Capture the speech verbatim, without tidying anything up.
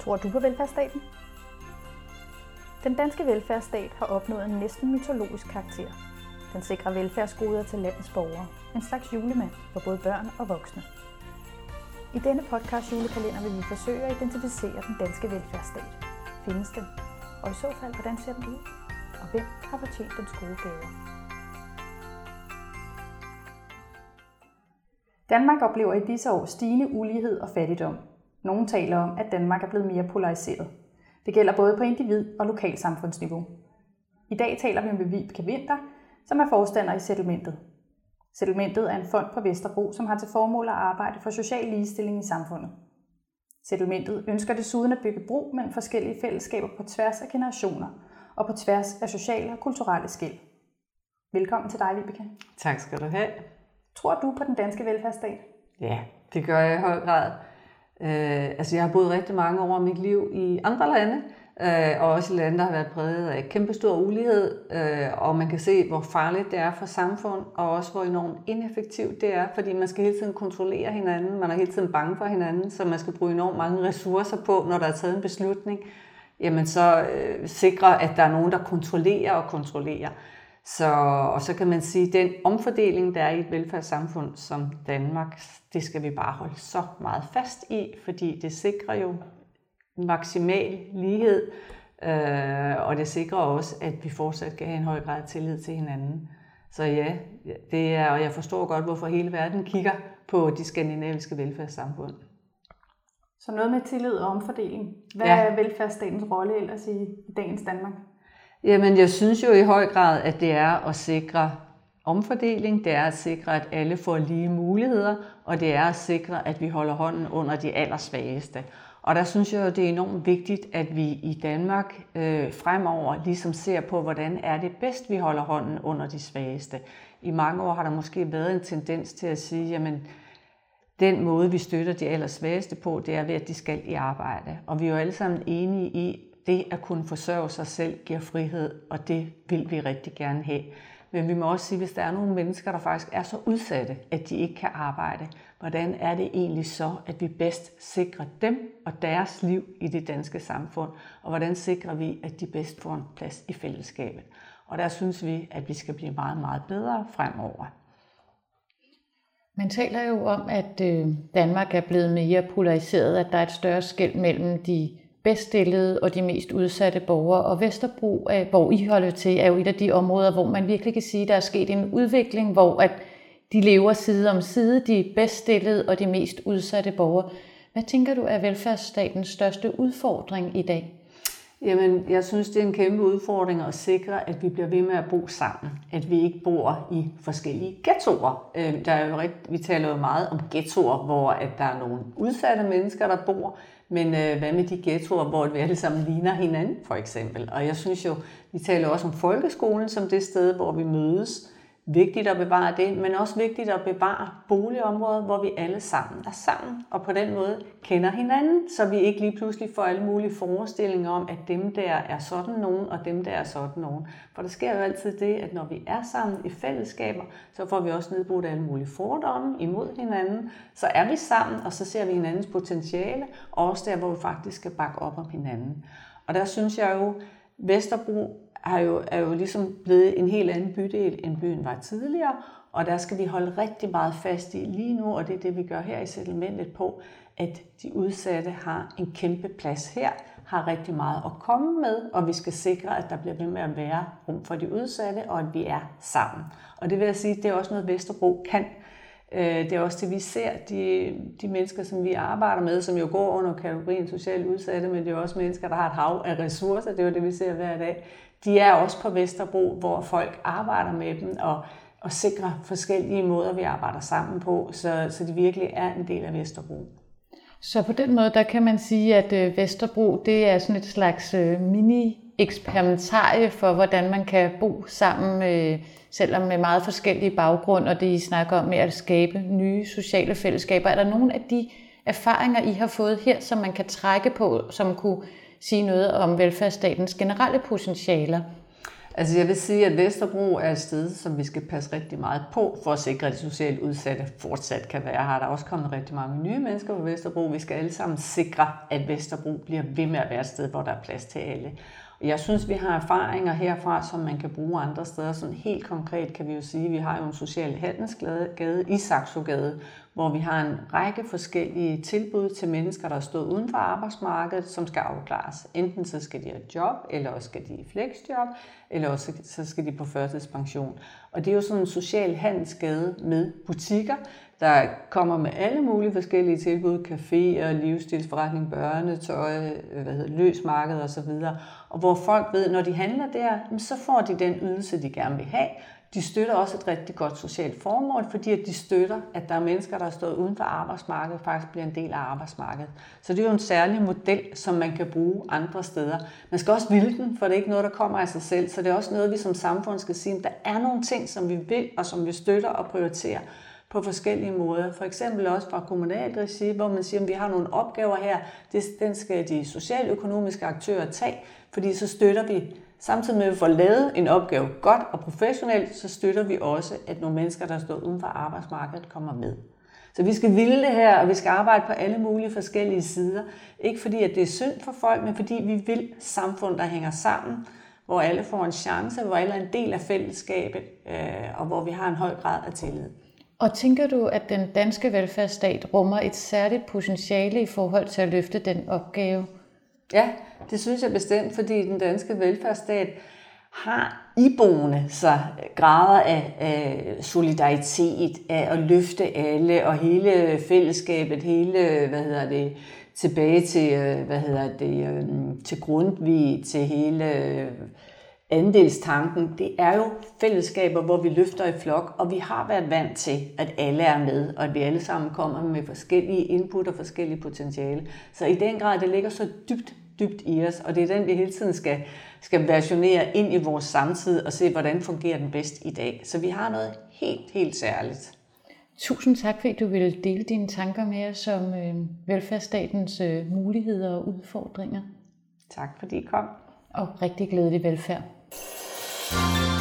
Tror du på velfærdsstaten? Den danske velfærdsstat har opnået en næsten mytologisk karakter. Den sikrer velfærdsgoder til landets borgere. En slags julemand for både børn og voksne. I denne podcast julekalender vil vi forsøge at identificere den danske velfærdsstat. Findes den? Og i så fald, hvordan ser den ud? Og hvem har fortjent dens gode gaver? Danmark oplever i disse år stigende ulighed og fattigdom. Nogle taler om, at Danmark er blevet mere polariseret. Det gælder både på individ- og lokalsamfundsniveau. I dag taler vi med Vibeke Winther, som er forstander i Settlementet. Settlementet er en fond på Vesterbro, som har til formål at arbejde for social ligestilling i samfundet. Settlementet ønsker desuden at bygge bro mellem forskellige fællesskaber på tværs af generationer og på tværs af sociale og kulturelle skel. Velkommen til dig, Vibeke. Tak skal du have. Tror du på den danske velfærdsstat? Ja, det gør jeg i høj grad. Øh, altså jeg har boet rigtig mange år af mit liv i andre lande, øh, og også i lande, der har været præget af kæmpestor ulighed, øh, og man kan se, hvor farligt det er for samfund, og også hvor enormt ineffektivt det er, fordi man skal hele tiden kontrollere hinanden, man er hele tiden bange for hinanden, så man skal bruge enormt mange ressourcer på, når der er taget en beslutning, jamen så øh, sikre, at der er nogen, der kontrollerer og kontrollerer. Så, og så kan man sige, at den omfordeling, der er i et velfærdssamfund som Danmark, det skal vi bare holde så meget fast i, fordi det sikrer jo maksimal lighed, øh, og det sikrer også, at vi fortsat kan have en høj grad af tillid til hinanden. Så ja, det er, og jeg forstår godt, hvorfor hele verden kigger på de skandinaviske velfærdssamfund. Så noget med tillid og omfordeling. Hvad ja. er velfærdsstatens rolle ellers i, i dagens Danmark? Jamen, jeg synes jo i høj grad, at det er at sikre omfordeling, det er at sikre, at alle får lige muligheder, og det er at sikre, at vi holder hånden under de allersvageste. Og der synes jeg jo, det er enormt vigtigt, at vi i Danmark øh, fremover ligesom ser på, hvordan er det bedst, vi holder hånden under de svageste. I mange år har der måske været en tendens til at sige, jamen, den måde, vi støtter de allersvageste på, det er ved, at de skal i arbejde. Og vi er jo alle sammen enige i, det at kunne forsørge sig selv giver frihed, og det vil vi rigtig gerne have. Men vi må også sige, hvis der er nogle mennesker, der faktisk er så udsatte, at de ikke kan arbejde, hvordan er det egentlig så, at vi bedst sikrer dem og deres liv i det danske samfund? Og hvordan sikrer vi, at de bedst får en plads i fællesskabet? Og der synes vi, at vi skal blive meget, meget bedre fremover. Man taler jo om, at Danmark er blevet mere polariseret, at der er et større skel mellem de bedst stillede og de mest udsatte borgere. Og Vesterbro, hvor I holder til, er jo et af de områder, hvor man virkelig kan sige, at der er sket en udvikling, hvor at de lever side om side, de bedst stillede og de mest udsatte borgere. Hvad tænker du er velfærdsstatens største udfordring i dag? Jamen, jeg synes, det er en kæmpe udfordring at sikre, at vi bliver ved med at bo sammen. At vi ikke bor i forskellige ghettoer. Der er jo rigt, vi taler jo meget om ghettoer, hvor at der er nogle udsatte mennesker, der bor. Men øh, hvad med de ghettoer, hvor vi alle sammen ligner hinanden, for eksempel? Og jeg synes jo, vi taler også om folkeskolen som det sted, hvor vi mødes. Vigtigt at bevare det, men også vigtigt at bevare boligområder, hvor vi alle sammen er sammen, og på den måde kender hinanden, så vi ikke lige pludselig får alle mulige forestillinger om, at dem der er sådan nogen, og dem der er sådan nogen. For der sker jo altid det, at når vi er sammen i fællesskaber, så får vi også nedbrudt alle mulige fordomme imod hinanden. Så er vi sammen, og så ser vi hinandens potentiale, også der, hvor vi faktisk skal bakke op om hinanden. Og der synes jeg jo, Vesterbro er jo, er jo ligesom blevet en helt anden bydel, end byen var tidligere, og der skal vi holde rigtig meget fast i lige nu, og det er det, vi gør her i Settlementet på, at de udsatte har en kæmpe plads her, har rigtig meget at komme med, og vi skal sikre, at der bliver ved med at være rum for de udsatte, og at vi er sammen. Og det vil jeg sige, det er også noget, Vesterbro kan. Det er også det, vi ser, de, de mennesker, som vi arbejder med, som jo går under kategorien socialt udsatte, men det er jo også mennesker, der har et hav af ressourcer, det er jo det, vi ser hver dag. De er også på Vesterbro, hvor folk arbejder med dem og, og sikrer forskellige måder, vi arbejder sammen på, så, så de virkelig er en del af Vesterbro. Så på den måde, der kan man sige, at Vesterbro, det er sådan et slags mini-eksperimentarie for, hvordan man kan bo sammen, selvom med meget forskellige baggrund, og det I snakker om med at skabe nye sociale fællesskaber. Er der nogle af de erfaringer, I har fået her, som man kan trække på, som kunne sige noget om velfærdsstatens generelle potentialer? Altså jeg vil sige, at Vesterbro er et sted, som vi skal passe rigtig meget på, for at sikre, at de socialt udsatte fortsat kan være her. Der er også kommet rigtig mange nye mennesker på Vesterbro. Vi skal alle sammen sikre, at Vesterbro bliver ved med at være et sted, hvor der er plads til alle. Og jeg synes, vi har erfaringer herfra, som man kan bruge andre steder. Sådan helt konkret kan vi jo sige, at vi har jo en social handelsgade i Saxogade, hvor vi har en række forskellige tilbud til mennesker, der er stået uden for arbejdsmarkedet, som skal afklares. Enten så skal de have job, eller også skal de i flexjob, eller også så skal de på førtidspension. Og det er jo sådan en social handelsgade med butikker, der kommer med alle mulige forskellige tilbud, caféer, livsstilsforretning, børnetøj, hvad hedder, løsmarked osv. Og hvor folk ved, når de handler der, så får de den ydelse, de gerne vil have. De støtter også et rigtig godt socialt formål, fordi at de støtter, at der er mennesker, der er stået uden for arbejdsmarkedet, faktisk bliver en del af arbejdsmarkedet. Så det er jo en særlig model, som man kan bruge andre steder. Man skal også ville den, for det er ikke noget, der kommer af sig selv. Så det er også noget, vi som samfund skal sige, at der er nogle ting, som vi vil, og som vi støtter og prioriterer på forskellige måder. For eksempel også fra kommunalt regi, hvor man siger, at vi har nogle opgaver her, den skal de socialøkonomiske aktører tage, fordi så støtter vi, samtidig med at vi får lavet en opgave godt og professionelt, så støtter vi også, at nogle mennesker, der står uden for arbejdsmarkedet, kommer med. Så vi skal ville det her, og vi skal arbejde på alle mulige forskellige sider. Ikke fordi, at det er synd for folk, men fordi vi vil samfund, der hænger sammen, hvor alle får en chance, hvor alle er en del af fællesskabet, og hvor vi har en høj grad af tillid. Og tænker du, at den danske velfærdsstat rummer et særligt potentiale i forhold til at løfte den opgave? Ja, det synes jeg bestemt, fordi den danske velfærdsstat har iboende sig grader af, af solidaritet, af at løfte alle, og hele fællesskabet, hele, hvad hedder det, tilbage til, hvad hedder det, til Grundtvig, til hele andelstanken. Det er jo fællesskaber, hvor vi løfter i flok, og vi har været vant til, at alle er med, og at vi alle sammen kommer med forskellige input og forskellige potentiale. Så i den grad, det ligger så dybt, dybt i os, og det er den, vi hele tiden skal, skal versionere ind i vores samtid og se, hvordan fungerer den bedst i dag. Så vi har noget helt, helt særligt. Tusind tak, fordi du ville dele dine tanker med os om øh, velfærdsstatens øh, muligheder og udfordringer. Tak fordi I kom. Og rigtig glædelig velfærd.